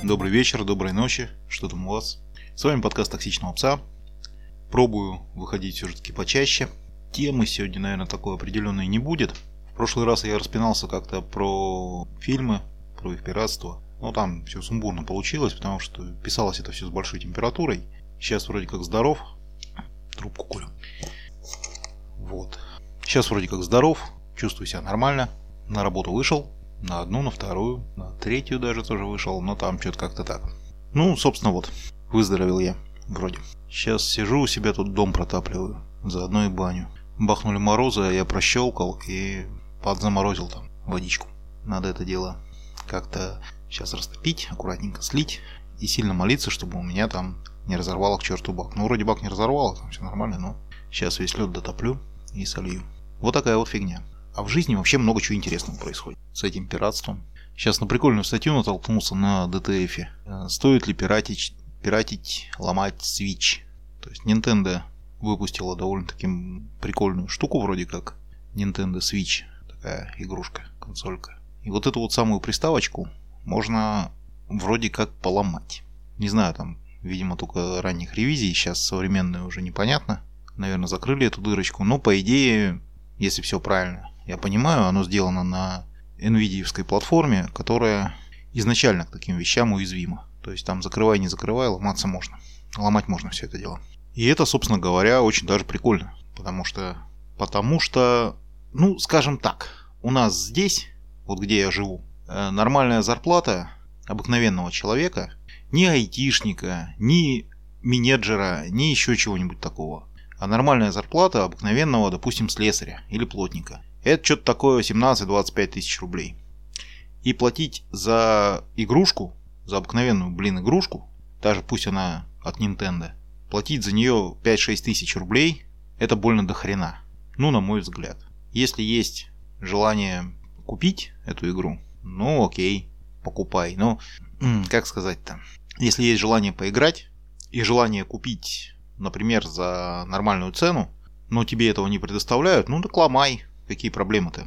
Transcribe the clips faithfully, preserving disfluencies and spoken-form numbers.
Добрый вечер, доброй ночи, что там у вас? С вами подкаст «Токсичного пса». Пробую выходить все-таки почаще. Темы сегодня, наверное, такой определенной не будет. В прошлый раз я распинался как-то про фильмы, про их пиратство. Но там все сумбурно получилось, потому что писалось это все с большой температурой. Сейчас вроде как здоров. Трубку курю. Вот. Сейчас вроде как здоров, чувствую себя нормально. На работу вышел. На одну, на вторую, на третью даже тоже вышел, но там что-то как-то так. Ну, собственно, вот, выздоровел я, вроде. Сейчас сижу у себя тут, дом протапливаю, заодно и баню. Бахнули морозы, а я прощелкал и подзаморозил там водичку. Надо это дело как-то сейчас растопить, аккуратненько слить и сильно молиться, чтобы у меня там не разорвало к черту бак. Ну, вроде бак не разорвало, там все нормально, но сейчас весь лед дотоплю и солью. Вот такая вот фигня. А в жизни вообще много чего интересного происходит с этим пиратством. Сейчас на прикольную статью натолкнулся на ди ти эф. Стоит ли пиратить, пиратить, ломать Switch? То есть Nintendo выпустила довольно-таки прикольную штуку, вроде как Nintendo Switch. Такая игрушка, консолька. И вот эту вот самую приставочку можно вроде как поломать. Не знаю, там, видимо, только ранних ревизий. Сейчас современные уже непонятно. Наверное, закрыли эту дырочку. Но по идее, если все правильно я понимаю, оно сделано на NVIDIA-евской платформе, которая изначально к таким вещам уязвима. То есть там закрывай, не закрывай, ломаться можно. Ломать можно все это дело. И это, собственно говоря, очень даже прикольно. Потому что, потому что, ну, скажем так, у нас здесь, вот где я живу, нормальная зарплата обыкновенного человека, ни айтишника, ни менеджера, ни еще чего-нибудь такого, а нормальная зарплата обыкновенного, допустим, слесаря или плотника. Это что-то такое семнадцать-двадцать пять тысяч рублей. И платить за игрушку, за обыкновенную, блин, игрушку, даже пусть она от Nintendo, платить за нее пять-шесть тысяч рублей, это больно до хрена. Ну, на мой взгляд. Если есть желание купить эту игру, ну окей, покупай. Но, как сказать-то, если есть желание поиграть и желание купить, например, за нормальную цену, но тебе этого не предоставляют, ну так ломай. Какие проблемы-то?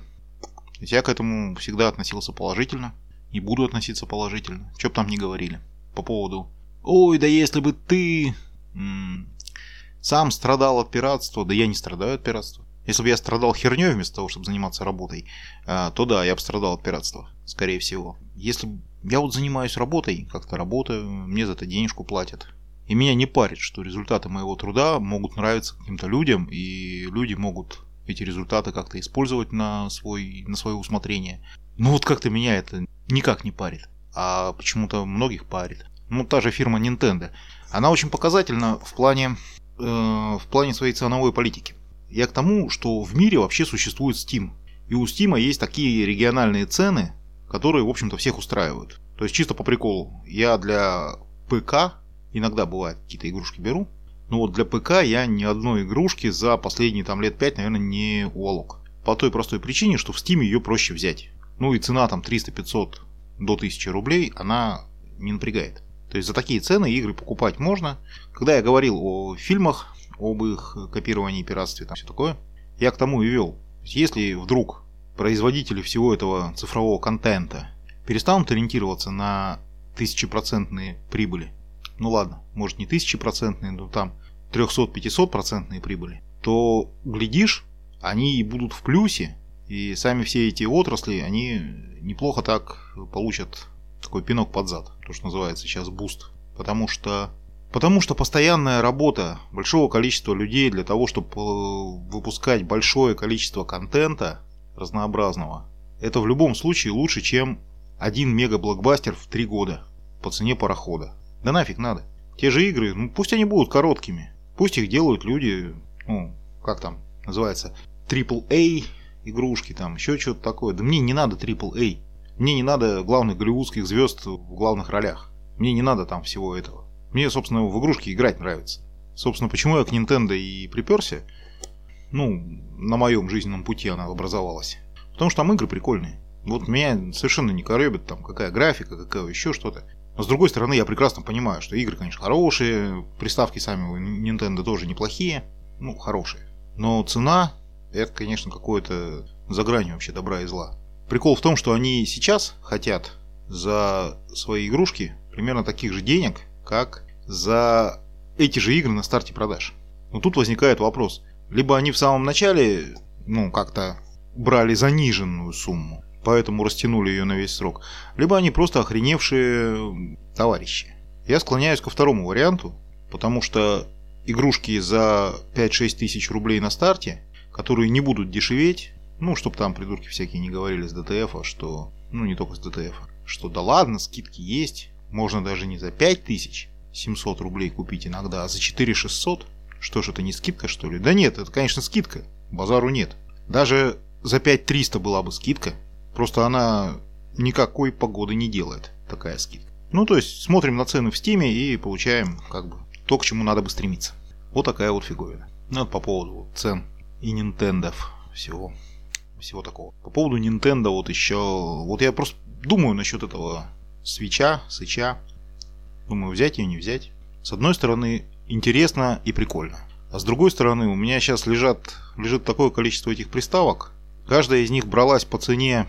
Я к этому всегда относился положительно. И буду относиться положительно. Что бы там ни говорили. По поводу: ой, да если бы ты м- сам страдал от пиратства. Да я не страдаю от пиратства. Если бы я страдал херней вместо того, чтобы заниматься работой, то да, я бы страдал от пиратства. Скорее всего. Если я вот занимаюсь работой, как-то работаю, мне за это денежку платят. И меня не парит, что результаты моего труда могут нравиться каким-то людям. И люди могут эти результаты как-то использовать на, свой, на свое усмотрение. Ну вот как-то меня это никак не парит. А почему-то многих парит. Ну та же фирма Nintendo. Она очень показательна в плане, э, в плане своей ценовой политики. Я к тому, что в мире вообще существует Steam. И у Steam есть такие региональные цены, которые, в общем-то, всех устраивают. То есть чисто по приколу. Я для ПК, иногда бывает какие-то игрушки беру. Но вот для ПК я ни одной игрушки за последние там лет пять, наверное, не уволок. По той простой причине, что в Steam ее проще взять. Ну и цена там триста-пятьсот до тысячи рублей, она не напрягает. То есть за такие цены игры покупать можно. Когда я говорил о фильмах, об их копировании, пиратстве, там все такое, я к тому и вел. То есть если вдруг производители всего этого цифрового контента перестанут ориентироваться на тысячепроцентные прибыли, ну ладно, может не тысячепроцентные, но там триста-пятьсот процентные прибыли, то, глядишь, они будут в плюсе, и сами все эти отрасли, они неплохо так получат такой пинок под зад, то, что называется сейчас буст. Потому что, потому что постоянная работа большого количества людей для того, чтобы выпускать большое количество контента разнообразного, это в любом случае лучше, чем один мега-блокбастер в три года по цене парохода. Да нафиг надо. Те же игры, ну пусть они будут короткими. Пусть их делают люди, ну, как там называется, трипл эй игрушки, там, еще что-то такое. Да мне не надо трипл эй. Мне не надо главных голливудских звезд в главных ролях. Мне не надо там всего этого. Мне, собственно, в игрушки играть нравится. Собственно, почему я к Nintendo и приперся? Ну, на моем жизненном пути она образовалась. Потому что там игры прикольные. Вот меня совершенно не корёбит там какая графика, какая еще что-то. Но с другой стороны, я прекрасно понимаю, что игры, конечно, хорошие, приставки сами у Nintendo тоже неплохие, ну, хорошие. Но цена, это, конечно, какое-то за гранью вообще добра и зла. Прикол в том, что они сейчас хотят за свои игрушки примерно таких же денег, как за эти же игры на старте продаж. Но тут возникает вопрос. Либо они в самом начале, ну, как-то брали заниженную сумму, поэтому растянули ее на весь срок, либо они просто охреневшие товарищи. Я склоняюсь ко второму варианту, потому что игрушки за пять-шесть тысяч рублей на старте, которые не будут дешеветь, ну, чтобы там придурки всякие не говорили с ДТФа, что, ну, не только с ДТФа, что да ладно, скидки есть, можно даже не за пять тысяч семьсот рублей купить иногда, а за четыре тысячи шестьсот. Что ж, это не скидка, что ли? Да нет, это, конечно, скидка, базару нет. Даже за пять тысяч триста была бы скидка, просто она никакой погоды не делает, такая скидка. Ну, то есть, смотрим на цены в Стиме и получаем, как бы, то, к чему надо бы стремиться. Вот такая вот фиговина. Ну, это по поводу цен и Nintendo всего, всего такого. По поводу Nintendo вот еще, вот я просто думаю насчет этого свитча, сыча. Думаю, взять ее, не взять. С одной стороны, интересно и прикольно. А с другой стороны, у меня сейчас лежат, лежит такое количество этих приставок. Каждая из них бралась по цене,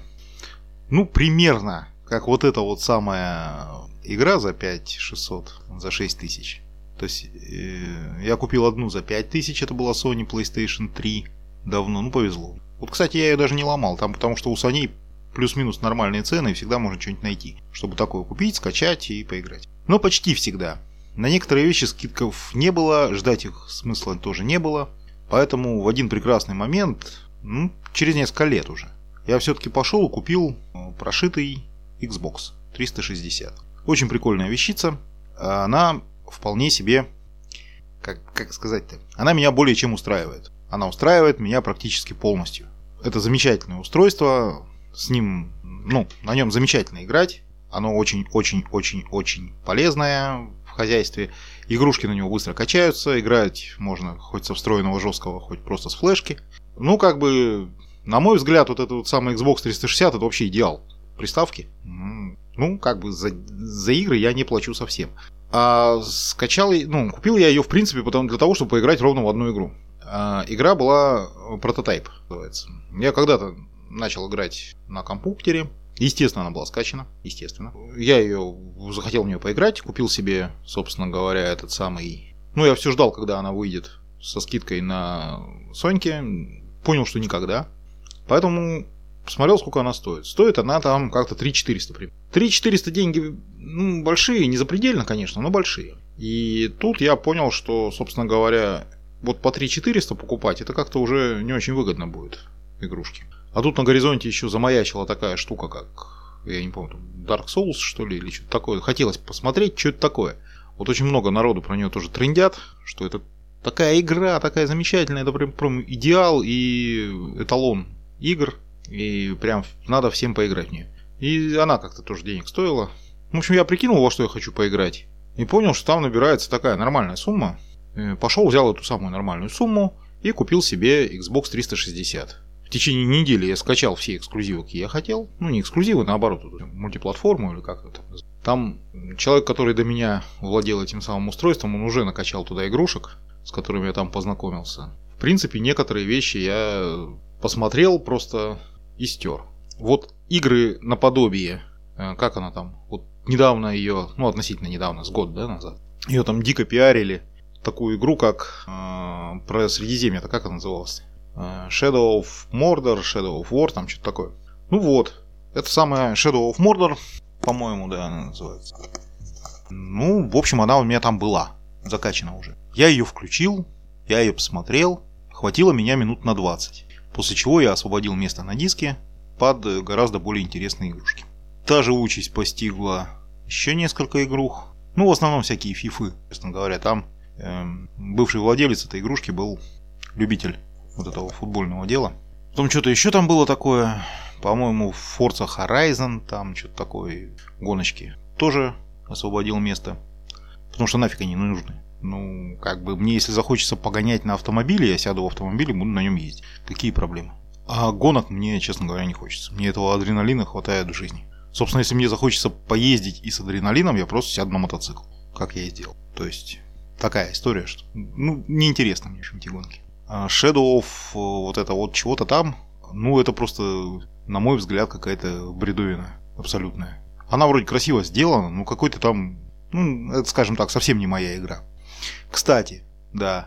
ну, примерно, как вот эта вот самая игра за пять тысяч шестьсот, за шесть тысяч. То есть, э, я купил одну за пять тысяч, это была Sony PlayStation три. Давно, ну, повезло. Вот, кстати, я ее даже не ломал, там, потому что у Sony плюс-минус нормальные цены, и всегда можно что-нибудь найти, чтобы такое купить, скачать и поиграть. Но почти всегда. На некоторые вещи скидков не было, ждать их смысла тоже не было. Поэтому в один прекрасный момент, ну, через несколько лет уже, я все-таки пошел и купил прошитый Xbox триста шестьдесят. Очень прикольная вещица. Она вполне себе, как, как сказать-то, она меня более чем устраивает. Она устраивает меня практически полностью. Это замечательное устройство. С ним, ну, на нем замечательно играть. Оно очень-очень-очень-очень полезное в хозяйстве. Игрушки на него быстро качаются. Играть можно хоть со встроенного жесткого, хоть просто с флешки. Ну, как бы, на мой взгляд, вот этот вот самый Xbox триста шестьдесят это вообще идеал приставки. Ну, как бы за, за игры я не плачу совсем. А скачал, ну, купил я ее, в принципе, потому, для того, чтобы поиграть ровно в одну игру. А, игра была Prototype, называется. Я когда-то начал играть на компьютере. Естественно, она была скачана. Естественно. Я ее захотел в нее поиграть. Купил себе, собственно говоря, этот самый... Ну, я все ждал, когда она выйдет со скидкой на Соньке. Понял, что никогда. Поэтому посмотрел, сколько она стоит. Стоит она там как-то три тысячи четыреста примерно. три тысячи четыреста деньги, ну, большие. Не запредельно, конечно, но большие. И тут я понял, что, собственно говоря, вот по три тысячи четыреста покупать, это как-то уже не очень выгодно будет игрушки. А тут на горизонте еще замаячила такая штука, как, я не помню, Dark Souls, что ли, или что-то такое. Хотелось посмотреть, что это такое. Вот очень много народу про нее тоже трындят, что это такая игра, такая замечательная, это прям, прям идеал и эталон игр, и прям надо всем поиграть в нее. И она как-то тоже денег стоила. В общем, я прикинул, во что я хочу поиграть, и понял, что там набирается такая нормальная сумма. Пошел, взял эту самую нормальную сумму и купил себе Xbox триста шестьдесят. В течение недели я скачал все эксклюзивы, какие я хотел. Ну, не эксклюзивы, наоборот, мультиплатформу или как это. Там человек, который до меня владел этим самым устройством, он уже накачал туда игрушек, с которыми я там познакомился. В принципе, некоторые вещи я посмотрел просто и стер. Вот игры наподобие, как она там, вот недавно ее, ну, относительно недавно, с год, да, назад, ее там дико пиарили. Такую игру, как э, про Средиземье, это как она называлась? Э, Shadow of Mordor, Shadow of War, там что-то такое. Ну вот, это самая Shadow of Mordor, по-моему, да, она называется. Ну, в общем, она у меня там была, закачана уже. Я ее включил, я ее посмотрел, хватило меня минут на двадцать. После чего я освободил место на диске под гораздо более интересные игрушки. Та же участь постигла еще несколько игрух. Ну, в основном всякие фифы, честно говоря, там бывший владелец этой игрушки был любитель вот этого футбольного дела. Потом что-то еще там было такое. По-моему, Forza Horizon, там что-то такое, гоночки. Тоже освободил место. Потому что нафиг они нужны. Ну, как бы мне, если захочется погонять на автомобиле, я сяду в автомобиль и буду на нем ездить. Какие проблемы? А гонок мне, честно говоря, не хочется. Мне этого адреналина хватает в жизни. Собственно, если мне захочется поездить и с адреналином, я просто сяду на мотоцикл. Как я и сделал. То есть... Такая история, что, ну, неинтересно мне, в общем, эти гонки. А Shadow of вот это вот чего-то там, ну, это просто, на мой взгляд, какая-то бредовина абсолютная. Она вроде красиво сделана, но какой-то там, ну, это, скажем так, совсем не моя игра. Кстати, да,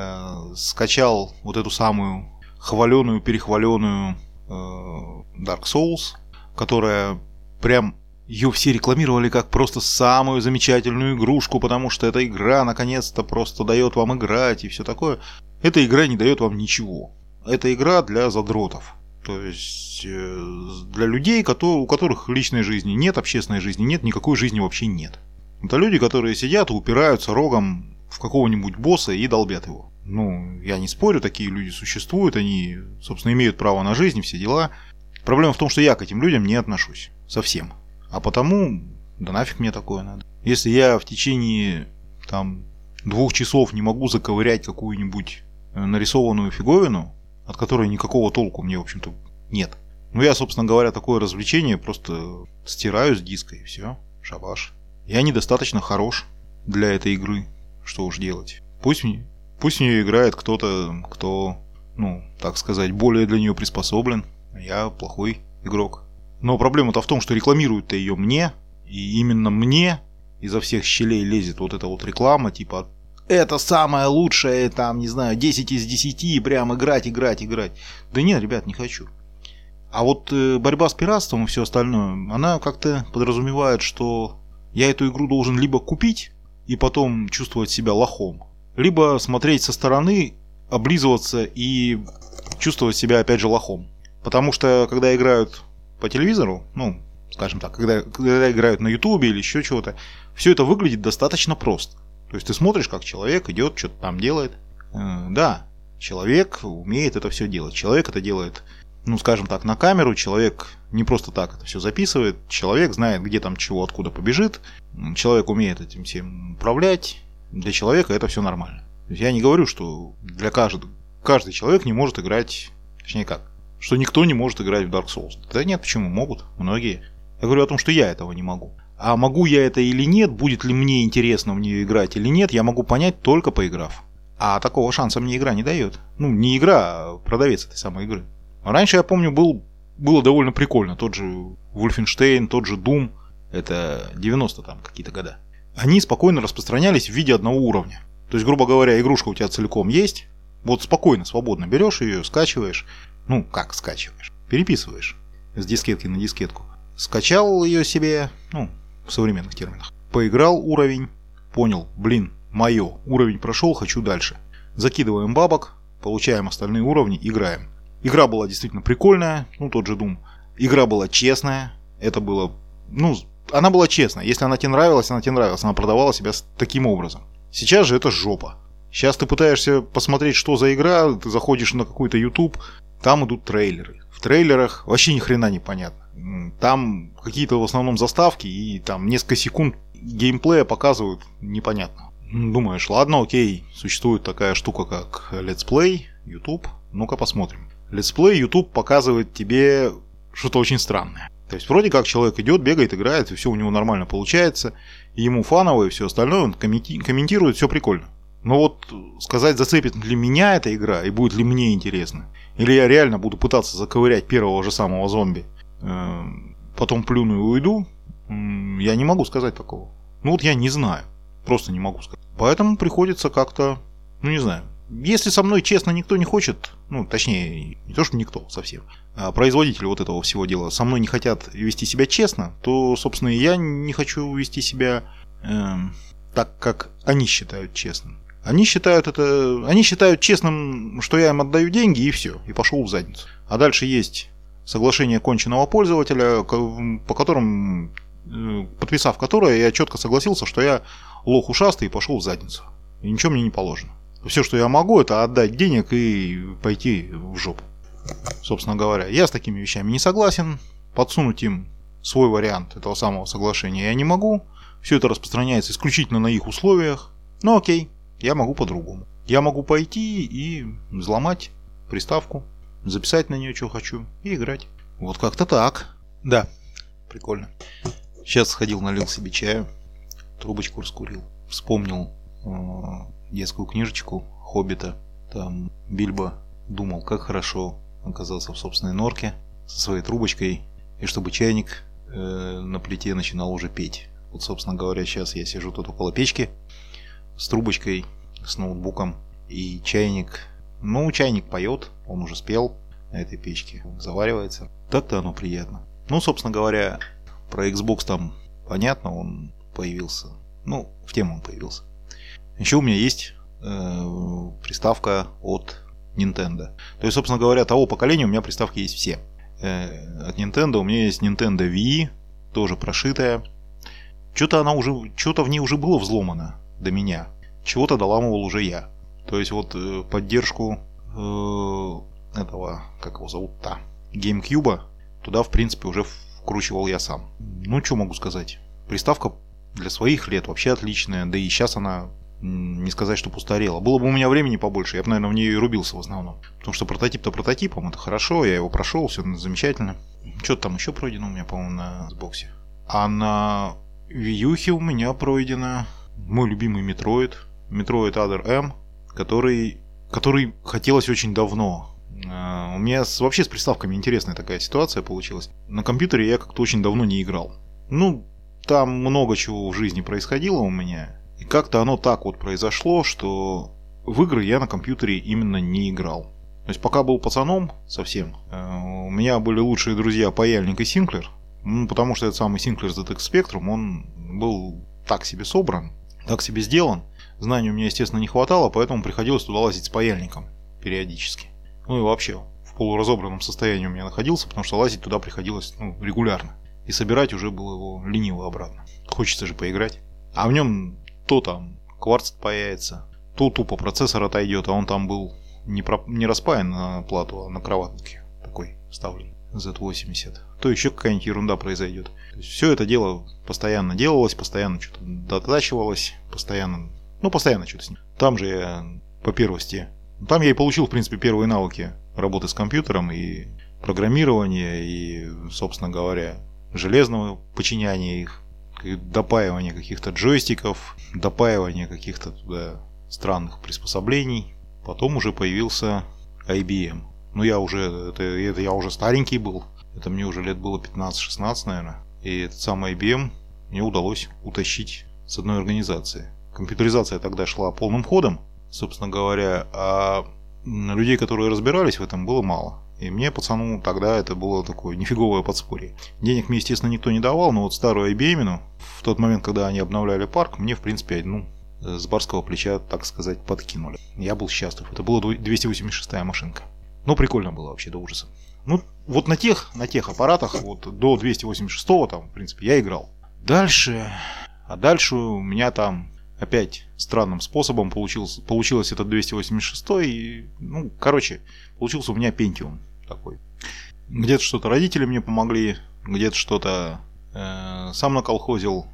э, скачал вот эту самую хваленую, перехваленную э, Dark Souls, которая прям... Ее все рекламировали как просто самую замечательную игрушку, потому что эта игра наконец-то просто дает вам играть и все такое. Эта игра не дает вам ничего. Это игра для задротов. То есть для людей, у которых личной жизни нет, общественной жизни нет, никакой жизни вообще нет. Это люди, которые сидят и упираются рогом в какого-нибудь босса и долбят его. Ну, я не спорю, такие люди существуют, они, собственно, имеют право на жизнь, все дела. Проблема в том, что я к этим людям не отношусь. Совсем. А потому, да нафиг мне такое надо. Если я в течение там двух часов не могу заковырять какую-нибудь нарисованную фиговину, от которой никакого толку мне, в общем-то, нет. Ну, я, собственно говоря, такое развлечение просто стираю с диска и все. Шабаш. Я недостаточно хорош для этой игры. Что уж делать. Пусть, мне, пусть в нее играет кто-то, кто, ну, так сказать, более для нее приспособлен. А я плохой игрок. Но проблема-то в том, что рекламируют-то ее мне, и именно мне изо всех щелей лезет вот эта вот реклама, типа это самое лучшее, там, не знаю, десять из десяти, прям играть, играть, играть. Да нет, ребят, не хочу. А вот э, борьба с пиратством и все остальное, она как-то подразумевает, что я эту игру должен либо купить и потом чувствовать себя лохом, либо смотреть со стороны, облизываться и чувствовать себя опять же лохом. Потому что когда играют по телевизору, ну, скажем так, когда, когда играют на ютубе или еще чего-то, все это выглядит достаточно просто. То есть ты смотришь, как человек идет, что-то там делает. Э, да, человек умеет это все делать. Человек это делает, ну, скажем так, на камеру. Человек не просто так это все записывает. Человек знает, где там чего, откуда побежит. Человек умеет этим всем управлять. Для человека это все нормально. То есть я не говорю, что для каждого, каждый человек не может играть, точнее как, что никто не может играть в Dark Souls. Да нет, почему? Могут. Многие. Я говорю о том, что я этого не могу. А могу я это или нет, будет ли мне интересно в нее играть или нет, я могу понять, только поиграв. А такого шанса мне игра не дает. Ну, не игра, а продавец этой самой игры. Раньше, я помню, был, было довольно прикольно. Тот же Wolfenstein, тот же Doom. Это девяностые там какие-то года. Они спокойно распространялись в виде одного уровня. То есть, грубо говоря, игрушка у тебя целиком есть. Вот спокойно, свободно берешь ее, скачиваешь. Ну, как скачиваешь? Переписываешь с дискетки на дискетку. Скачал ее себе, ну, в современных терминах. Поиграл уровень, понял, блин, мое, уровень прошел, хочу дальше. Закидываем бабок, получаем остальные уровни, играем. Игра была действительно прикольная, ну, тот же Doom. Игра была честная, это было, ну, она была честная. Если она тебе нравилась, она тебе нравилась, она продавала себя таким образом. Сейчас же это жопа. Сейчас ты пытаешься посмотреть, что за игра, ты заходишь на какой-то YouTube, там идут трейлеры. В трейлерах вообще ни хрена не понятно. Там какие-то в основном заставки и там несколько секунд геймплея показывают непонятно. Думаешь, ладно, окей, существует такая штука, как Let's Play, YouTube. Ну-ка посмотрим. Let's Play, YouTube показывает тебе что-то очень странное. То есть вроде как человек идет, бегает, играет, и все у него нормально получается. И ему фаново и все остальное, он комментирует, все прикольно. Но вот сказать, зацепит ли меня эта игра и будет ли мне интересно, или я реально буду пытаться заковырять первого же самого зомби, э, потом плюну и уйду, э, я не могу сказать такого. Ну вот я не знаю, просто не могу сказать. Поэтому приходится как-то, ну не знаю, если со мной честно никто не хочет, ну точнее, не то что никто совсем, а производители вот этого всего дела со мной не хотят вести себя честно, то, собственно, и я не хочу вести себя э, так, как они считают честным. Они считают это, они считают честным, что я им отдаю деньги и все, и пошел в задницу. А дальше есть соглашение конченного пользователя, по которым, подписав которое, я четко согласился, что я лох ушастый и пошел в задницу. И ничего мне не положено. Все, что я могу, это отдать денег и пойти в жопу. Собственно говоря, я с такими вещами не согласен. Подсунуть им свой вариант этого самого соглашения я не могу. Все это распространяется исключительно на их условиях. Ну окей. Я могу по-другому. Я могу пойти и взломать приставку, записать на нее, что хочу, и играть. Вот как-то так. Да, прикольно. Сейчас сходил, налил себе чаю, трубочку раскурил. Вспомнил э, детскую книжечку «Хоббита». Там Бильбо думал, как хорошо оказаться в собственной норке со своей трубочкой, и чтобы чайник э, на плите начинал уже петь. Вот, собственно говоря, сейчас я сижу тут около печки с трубочкой, с ноутбуком, и чайник, ну, чайник поет, он уже спел на этой печке, заваривается. Так-то оно приятно. Ну, собственно говоря, про Xbox там понятно, он появился. Ну, в тему он появился. Еще у меня есть э, приставка от Nintendo. То есть, собственно говоря, того поколения у меня приставки есть все. Э, от Nintendo у меня есть Nintendo Wii, тоже прошитая. Что-то она уже, что-то в ней уже было взломано до меня. Чего-то доламывал уже я. То есть вот э, поддержку э, этого, как его зовут-то, GameCube, туда в принципе уже вкручивал я сам. Ну, что могу сказать. Приставка для своих лет вообще отличная. Да и сейчас она, не сказать, что устарела. Было бы у меня времени побольше, я бы, наверное, в нее и рубился в основном. Потому что прототип-то прототипом, это хорошо, я его прошел, все замечательно. Что-то там еще пройдено у меня, по-моему, на Xbox. А на Wii U у меня пройдено мой любимый Metroid. Metroid Other M, который, который хотелось очень давно. Uh, у меня с, вообще с приставками интересная такая ситуация получилась. На компьютере я как-то очень давно не играл. Ну, там много чего в жизни происходило у меня. И как-то оно так вот произошло, что в игры я на компьютере именно не играл. То есть пока был пацаном совсем, uh, у меня были лучшие друзья Паяльник и Синклер. Ну, потому что этот самый Синклер зет икс Spectrum, он был так себе собран, так себе сделан. Знаний у меня, естественно, не хватало, поэтому приходилось туда лазить с паяльником периодически. Ну и вообще, в полуразобранном состоянии у меня находился, потому что лазить туда приходилось ну, регулярно. И собирать уже было его лениво обратно. Хочется же поиграть. А в нем то там кварц появится, то тупо процессор отойдет, а он там был не, про... не распаян на плату, а на кроватке такой вставлен. зет восемьдесят. То еще какая-нибудь ерунда произойдет. То есть все это дело постоянно делалось, постоянно что-то дотачивалось, постоянно... Ну, постоянно что-то с ним. Там же я по первости... Там я и получил, в принципе, первые навыки работы с компьютером и программирования, и, собственно говоря, железного подчиняния их, допаивания каких-то джойстиков, допаивания каких-то туда странных приспособлений. Потом уже появился ай би эм. Ну, я уже... Это, это я уже старенький был. Это мне уже лет было пятнадцать-шестнадцать, наверное. И этот самый ай би эм мне удалось утащить с одной организации. Компьютеризация тогда шла полным ходом, собственно говоря, а людей, которые разбирались в этом, было мало. И мне, пацану, тогда это было такое нифиговое подспорье. Денег мне, естественно, никто не давал, но вот старую ай би эм, в тот момент, когда они обновляли парк, мне, в принципе, ну, с барского плеча, так сказать, подкинули. Я был счастлив. Это была двести восемьдесят шестая машинка. Ну, прикольно было вообще, до ужаса. Ну, вот на тех, на тех аппаратах, вот до двести восемьдесят шестого там, в принципе, я играл. Дальше... А дальше у меня там... Опять странным способом получился, получилось этот двести восемьдесят шесть. И, ну, короче, получился у меня Pentium такой. Где-то что-то родители мне помогли, где-то что-то э, сам наколхозил.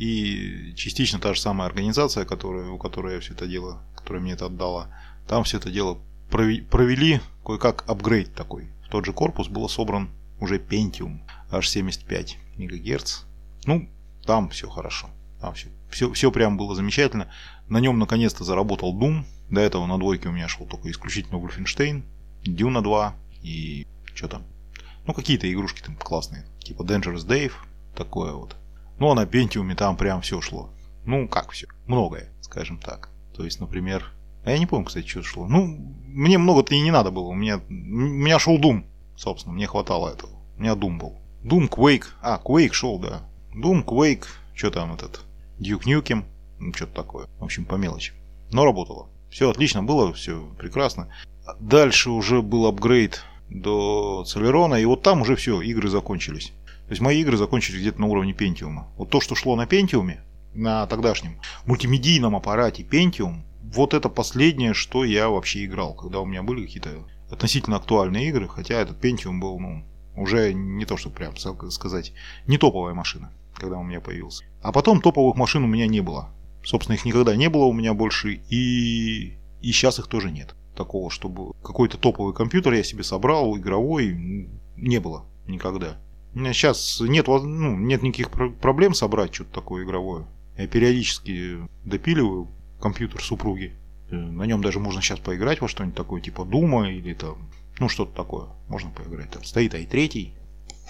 И частично та же самая организация, которая, у которой я все это дело, которая мне это отдала, там все это дело провели кое-как апгрейд такой. В тот же корпус был собран уже Pentium аш семьдесят пять мегагерц. Ну, там все хорошо. Там все, все, все прям было замечательно. На нем наконец-то заработал Doom. До этого на двойке у меня шел только исключительно Wolfenstein, Dune два и что там. Ну, какие-то игрушки там классные. Типа Dangerous Dave. Такое вот. Ну, а на Pentium там прям все шло. Ну, как все? Многое, скажем так. То есть, например... А я не помню, кстати, что шло. Ну, мне много-то и не надо было. У меня, у меня шел Doom, собственно. Мне хватало этого. У меня Doom был. Doom, Quake. А, Quake шел, да. Doom, Quake. Что там этот? Duke Nukem. Ну, что-то такое. В общем, по мелочи. Но работало. Все отлично было, все прекрасно. Дальше уже был апгрейд до Celeron. И вот там уже все, игры закончились. То есть мои игры закончились где-то на уровне Pentium. Вот то, что шло на Pentium, на тогдашнем мультимедийном аппарате Pentium, вот это последнее, что я вообще играл, когда у меня были какие-то относительно актуальные игры, хотя этот Pentium был, ну, уже не то, что прям сказать, не топовая машина, когда у меня появился. А потом топовых машин у меня не было. Собственно, их никогда не было у меня больше, и, и сейчас их тоже нет. Такого, чтобы какой-то топовый компьютер я себе собрал, игровой, не было никогда. У меня сейчас нет, ну, нет никаких проблем собрать что-то такое игровое. Я периодически допиливаю компьютер супруги. На нем даже можно сейчас поиграть во что-нибудь такое, типа Дума или там, ну что-то такое. Можно поиграть. Там стоит ай три.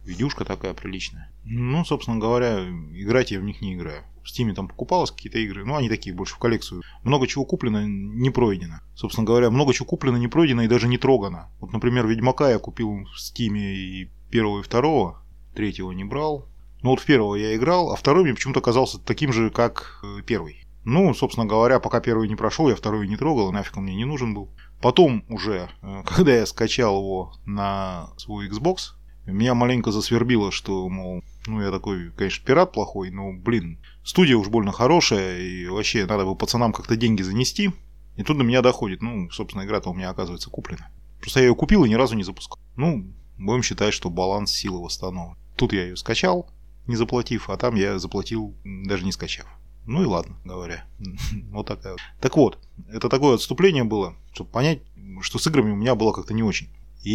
видюшка такая приличная. Ну, собственно говоря, играть я в них не играю. В Steam там покупалось какие-то игры, но они такие больше в коллекцию. Много чего куплено, не пройдено. Собственно говоря, много чего куплено, не пройдено и даже не трогано. Вот, например, Ведьмака я купил в Steam и первого, и второго. Третьего не брал. Но вот в первого я играл, а второй мне почему-то казался таким же, как первый. Ну, собственно говоря, пока первый не прошел, я второй не трогал, и нафиг он мне не нужен был. Потом уже, когда я скачал его на свой Xbox, меня маленько засвербило, что, мол, ну я такой, конечно, пират плохой, но, блин, студия уж больно хорошая, и вообще надо бы пацанам как-то деньги занести. И тут до меня доходит, ну, собственно, игра-то у меня, оказывается, куплена. Просто я ее купил и ни разу не запускал. Ну, будем считать, что баланс силы восстановлен. Тут я ее скачал, не заплатив, а там я заплатил, даже не скачав. Ну и ладно, говоря. Вот такая вот. Так вот, это такое отступление было, чтобы понять, что с играми у меня было как-то не очень.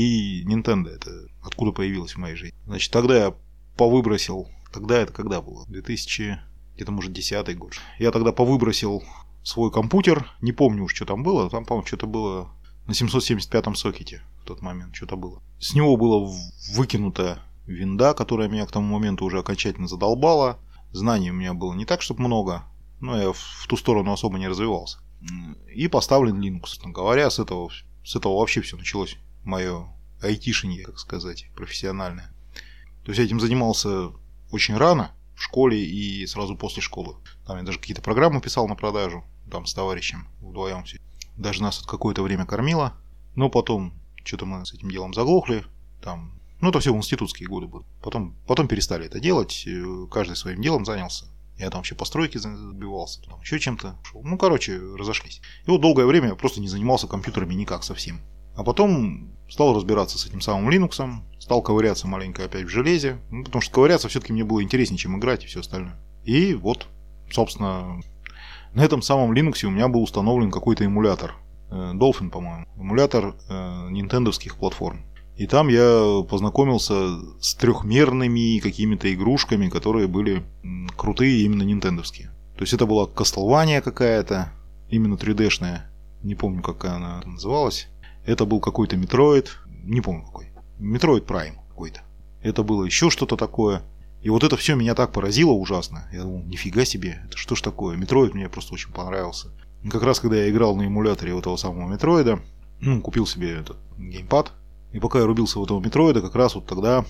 И Nintendo это откуда появилась в моей жизни. Значит, тогда я повыбросил... Тогда это когда было? две тысячи... Где-то, может, десятый год. Я тогда повыбросил свой компьютер. Не помню уж, что там было. Там, по-моему, что-то было на семьсот семьдесят пятом сокете в тот момент. Что-то было. С него было выкинута винда, которая меня к тому моменту уже окончательно задолбала. Знаний у меня было не так, чтобы много. Но я в ту сторону особо не развивался. И поставлен Linux. Собственно говоря, с этого, с этого вообще все началось. Мое айтишенье, как сказать, профессиональное. То есть я этим занимался очень рано, в школе и сразу после школы. Там я даже какие-то программы писал на продажу, там с товарищем вдвоем все. Даже нас это какое-то время кормило. Но потом что-то мы с этим делом заглохли. Там, ну это все в институтские годы были. Потом, потом перестали это делать, каждый своим делом занялся. Я там вообще по стройке забивался, там еще чем-то. Ну, короче, разошлись. И вот долгое время я просто не занимался компьютерами никак совсем. А потом стал разбираться с этим самым Linux, стал ковыряться маленько опять в железе, ну, потому что ковыряться все-таки мне было интереснее, чем играть и все остальное. И вот, собственно, на этом самом Linux у меня был установлен какой-то эмулятор, Dolphin, по-моему, эмулятор э, нинтендовских платформ. И там я познакомился с трехмерными какими-то игрушками, которые были крутые именно нинтендовские. То есть это была Castlevania какая-то, именно три дэ-шная, не помню, как она называлась. Это был какой-то Metroid, не помню какой. Metroid Prime какой-то. Это было еще что-то такое. И вот это все меня так поразило ужасно. Я думал, нифига себе, это что ж такое? Metroid мне просто очень понравился. И как раз когда я играл на эмуляторе вот этого самого Metroid, ну, купил себе этот геймпад. И пока я рубился в этого Metroid, как раз вот тогда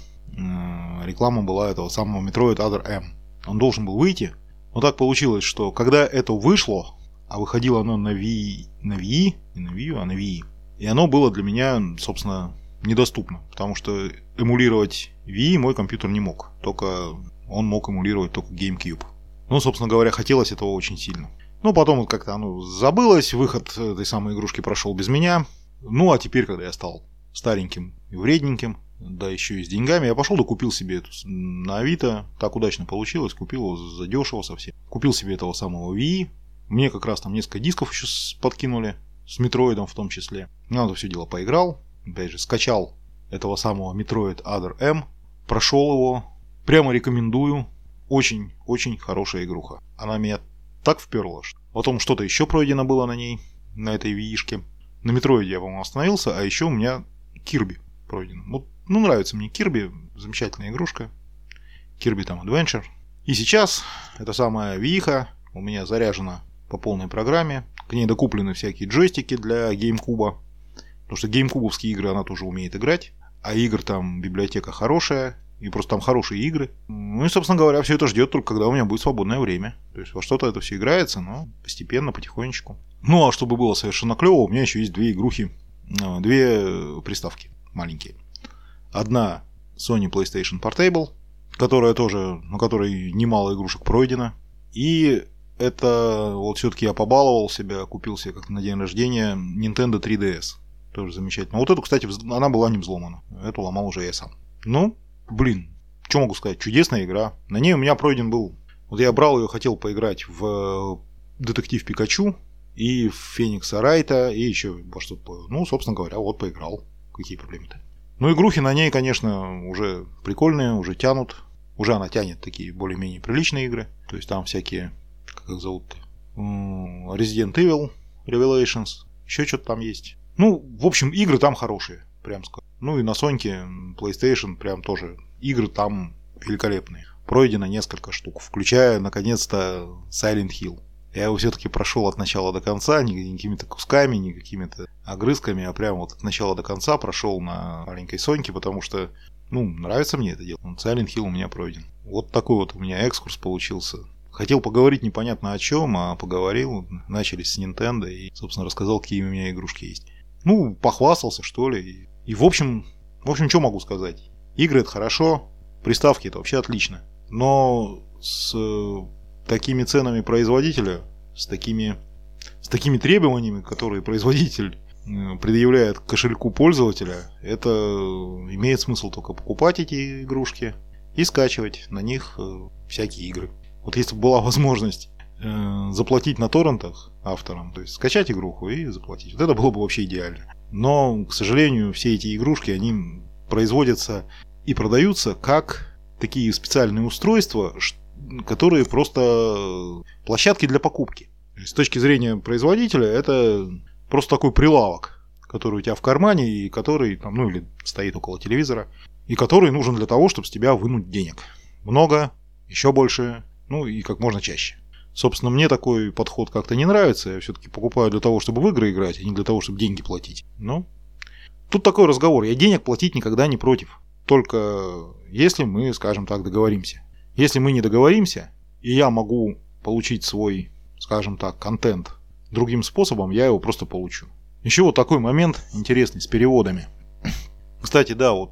э, реклама была этого самого Metroid Other M. Он должен был выйти. Но так получилось, что когда это вышло, а выходило оно на Wii, на Wii, не на Wii, а на Wii, и оно было для меня, собственно, недоступно, потому что эмулировать Wii мой компьютер не мог. Только он мог эмулировать только GameCube. Ну, собственно говоря, хотелось этого очень сильно. Ну, потом вот как-то оно забылось, выход этой самой игрушки прошел без меня. Ну, а теперь, когда я стал стареньким и вредненьким, да еще и с деньгами, я пошел да купил себе эту на Авито. Так удачно получилось, купил его задешево совсем. Купил себе этого самого Wii. Мне как раз там несколько дисков еще подкинули. С Метроидом в том числе. Я на это все дело поиграл. Опять же, скачал этого самого Metroid Other M. Прошел его. Прямо рекомендую. Очень-очень хорошая игруха. Она меня так вперла. Что... Потом что-то еще пройдено было на ней. На этой Wii-шке. На Метроиде я, по-моему, остановился. А еще у меня Kirby пройден. Вот, ну, нравится мне Kirby. Замечательная игрушка. Kirby там Adventure. И сейчас эта самая Wii-ха у меня заряжена по полной программе. К ней докуплены всякие джойстики для GameCube. Потому что геймкубовские игры она тоже умеет играть. А игр там библиотека хорошая. И просто там хорошие игры. Ну и, собственно говоря, все это ждет только когда у меня будет свободное время. То есть во что-то это все играется, но постепенно, потихонечку. Ну а чтобы было совершенно клево, у меня еще есть две игрухи. Две приставки маленькие. Одна Sony PlayStation Portable, которая тоже, на которой немало игрушек пройдено. И это вот все-таки я побаловал себя, купил себе как на день рождения Nintendo три ди эс. Тоже замечательно. Вот эту, кстати, она была не взломана. Эту ломал уже я сам. Ну, блин, что могу сказать? Чудесная игра. На ней у меня пройден был... Вот я брал ее, хотел поиграть в Детектив Пикачу и в Феникса Райта, и еще во что-то. Ну, собственно говоря, вот поиграл. Какие проблемы-то? Ну, игрухи на ней, конечно, уже прикольные, уже тянут. Уже она тянет такие более-менее приличные игры. То есть там всякие... Как их зовут-то? Resident Evil Revelations. Еще что-то там есть. Ну, в общем, игры там хорошие, прям скажем. Ну и на Соньке, PlayStation, прям тоже игры там великолепные. Пройдено несколько штук, включая, наконец-то, Silent Hill. Я его все-таки прошел от начала до конца, не какими-то кусками, не какими-то огрызками, а прям вот от начала до конца прошел на маленькой Соньке, потому что, ну, нравится мне это дело. Silent Hill у меня пройден. Вот такой вот у меня экскурс получился. Хотел поговорить непонятно о чем, а поговорил, начали с Nintendo и, собственно, рассказал, какие у меня игрушки есть. Ну, похвастался, что ли. И, и в общем, в общем, что могу сказать? Игры — это хорошо, приставки — это вообще отлично. Но с такими ценами производителя, с такими, с такими требованиями, которые производитель предъявляет к кошельку пользователя, это имеет смысл только покупать эти игрушки и скачивать на них всякие игры. Вот если бы была возможность э, заплатить на торрентах авторам, то есть скачать игруху и заплатить, вот это было бы вообще идеально. Но, к сожалению, все эти игрушки, они производятся и продаются как такие специальные устройства, которые просто площадки для покупки. С точки зрения производителя это просто такой прилавок, который у тебя в кармане и который там, ну или стоит около телевизора, и который нужен для того, чтобы с тебя вынуть денег. Много, еще больше, ну и как можно чаще. Собственно, мне такой подход как-то не нравится. Я все-таки покупаю для того, чтобы в игры играть, а не для того, чтобы деньги платить. Но тут такой разговор. Я денег платить никогда не против. Только если мы, скажем так, договоримся. Если мы не договоримся, и я могу получить свой, скажем так, контент другим способом, я его просто получу. Еще вот такой момент интересный с переводами. Кстати, да, вот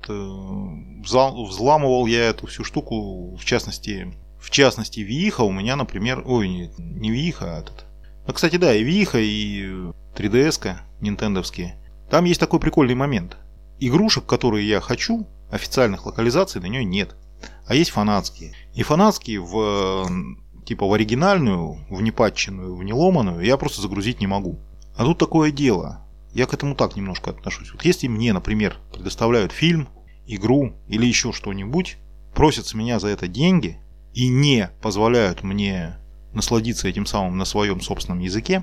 э, взламывал я эту всю штуку, в частности, в частности, Вииха у меня, например, ой, не, не Вииха, а этот. Ну, кстати, да, и Вииха, и три ди эс-ка, нинтендовские. Там есть такой прикольный момент. Игрушек, которые я хочу, официальных локализаций на нее нет. А есть фанатские. И фанатские в типа в оригинальную, в непатченную, в неломаную я просто загрузить не могу. А тут такое дело. Я к этому так немножко отношусь. Вот если мне, например, предоставляют фильм, игру или еще что-нибудь, просят с меня за это деньги и не позволяют мне насладиться этим самым на своем собственном языке,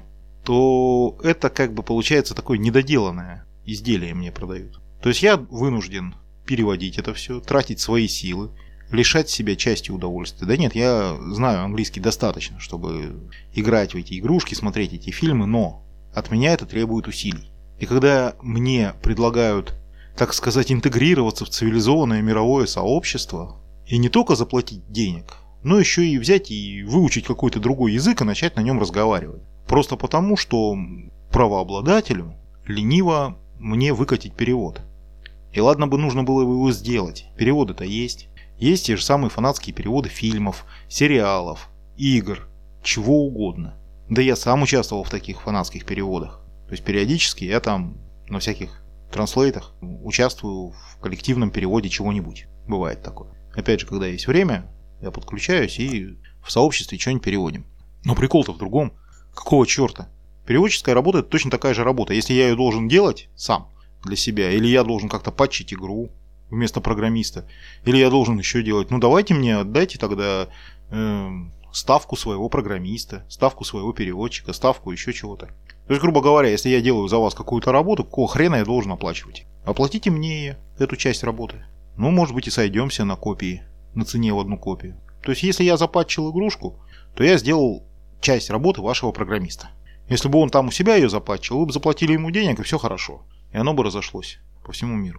то это как бы получается такое недоделанное изделие мне продают. То есть я вынужден переводить это все, тратить свои силы, лишать себя части удовольствия. Да нет, я знаю английский достаточно, чтобы играть в эти игрушки, смотреть эти фильмы, но от меня это требует усилий. И когда мне предлагают, так сказать, интегрироваться в цивилизованное мировое сообщество, и не только заплатить денег, но еще и взять и выучить какой-то другой язык и начать на нем разговаривать. Просто потому, что правообладателю лениво мне выкатить перевод. И ладно бы нужно было его сделать. Переводы-то есть. Есть те же самые фанатские переводы фильмов, сериалов, игр, чего угодно. Да я сам участвовал в таких фанатских переводах. То есть периодически я там на всяких транслейтах участвую в коллективном переводе чего-нибудь. Бывает такое. Опять же, когда есть время, я подключаюсь и в сообществе что-нибудь переводим. Но прикол-то в другом. Какого черта? Переводческая работа — это точно такая же работа. Если я ее должен делать сам для себя, или я должен как-то патчить игру вместо программиста, или я должен еще делать, ну давайте мне отдайте тогда э, ставку своего программиста, ставку своего переводчика, ставку еще чего-то. То есть, грубо говоря, если я делаю за вас какую-то работу, какого хрена я должен оплачивать? Оплатите мне эту часть работы. Ну, может быть, и сойдемся на копии, на цене в одну копию. То есть, если я запатчил игрушку, то я сделал часть работы вашего программиста. Если бы он там у себя ее запатчил, вы бы заплатили ему денег, и все хорошо. И оно бы разошлось по всему миру.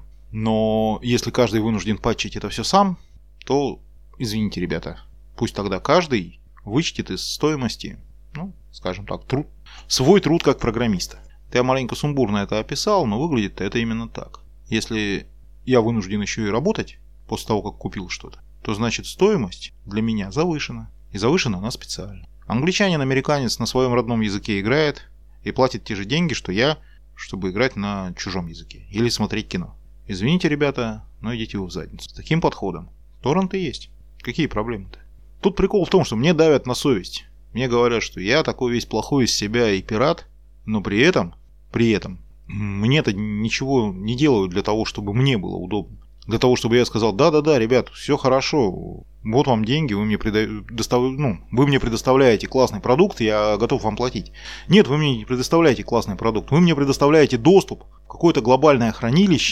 Но если каждый вынужден патчить это все сам, то, извините, ребята, пусть тогда каждый вычтет из стоимости, ну, скажем так, труд, свой труд как программиста. Я маленько сумбурно это описал, но выглядит это именно так. Если я вынужден еще и работать после того, как купил что-то, то значит стоимость для меня завышена. И завышена она специально. Англичанин, американец на своем родном языке играет и платит те же деньги, что я, чтобы играть на чужом языке или смотреть кино. Извините, ребята, но идите вы в задницу. С таким подходом торренты есть. Какие проблемы-то? Тут прикол в том, что мне давят на совесть. Мне говорят, что я такой весь плохой из себя и пират, но при этом, при этом, мне-то ничего не делают для того, чтобы мне было удобно. Для того, чтобы я сказал, да-да-да, ребят, все хорошо, вот вам деньги, вы мне, предостав... ну, вы мне предоставляете классный продукт, я готов вам платить. Нет, вы мне не предоставляете классный продукт, вы мне предоставляете доступ в какое-то глобальное хранилище,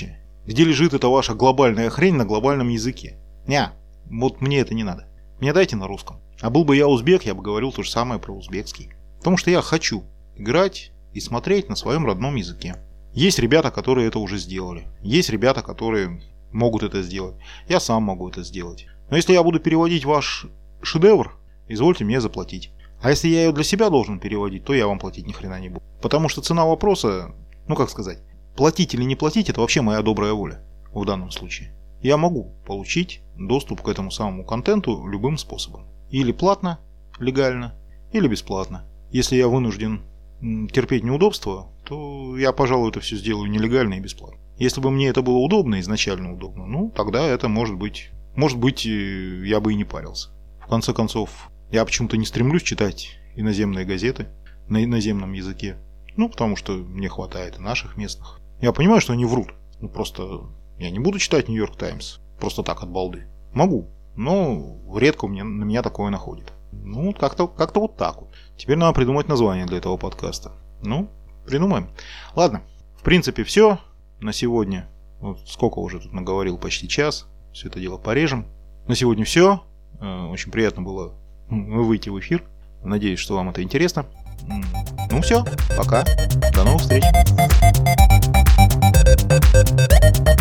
Где лежит эта ваша глобальная хрень на глобальном языке? Не, вот мне это не надо. Мне дайте на русском. А был бы я узбек, я бы говорил то же самое про узбекский. Потому что я хочу играть и смотреть на своем родном языке. Есть ребята, которые это уже сделали. Есть ребята, которые могут это сделать. Я сам могу это сделать. Но если я буду переводить ваш шедевр, извольте мне заплатить. А если я ее для себя должен переводить, то я вам платить ни хрена не буду. Потому что цена вопроса, ну как сказать, платить или не платить, это вообще моя добрая воля в данном случае. Я могу получить доступ к этому самому контенту любым способом. Или платно, легально, или бесплатно. Если я вынужден терпеть неудобства, то я, пожалуй, это все сделаю нелегально и бесплатно. Если бы мне это было удобно, изначально удобно, ну, тогда это может быть... Может быть, я бы и не парился. В конце концов, я почему-то не стремлюсь читать иноземные газеты на иноземном языке. Ну, потому что мне хватает и наших местных. Я понимаю, что они врут. Ну, просто я не буду читать Нью-Йорк Таймс просто так от балды. Могу, но редко у меня, на меня такое находит. Ну, как-то, как-то вот так вот. Теперь надо придумать название для этого подкаста. Ну, придумаем. Ладно, в принципе, все на сегодня. Вот сколько уже тут наговорил, почти час. Все это дело порежем. На сегодня все. Очень приятно было выйти в эфир. Надеюсь, что вам это интересно. Ну все, пока. До новых встреч.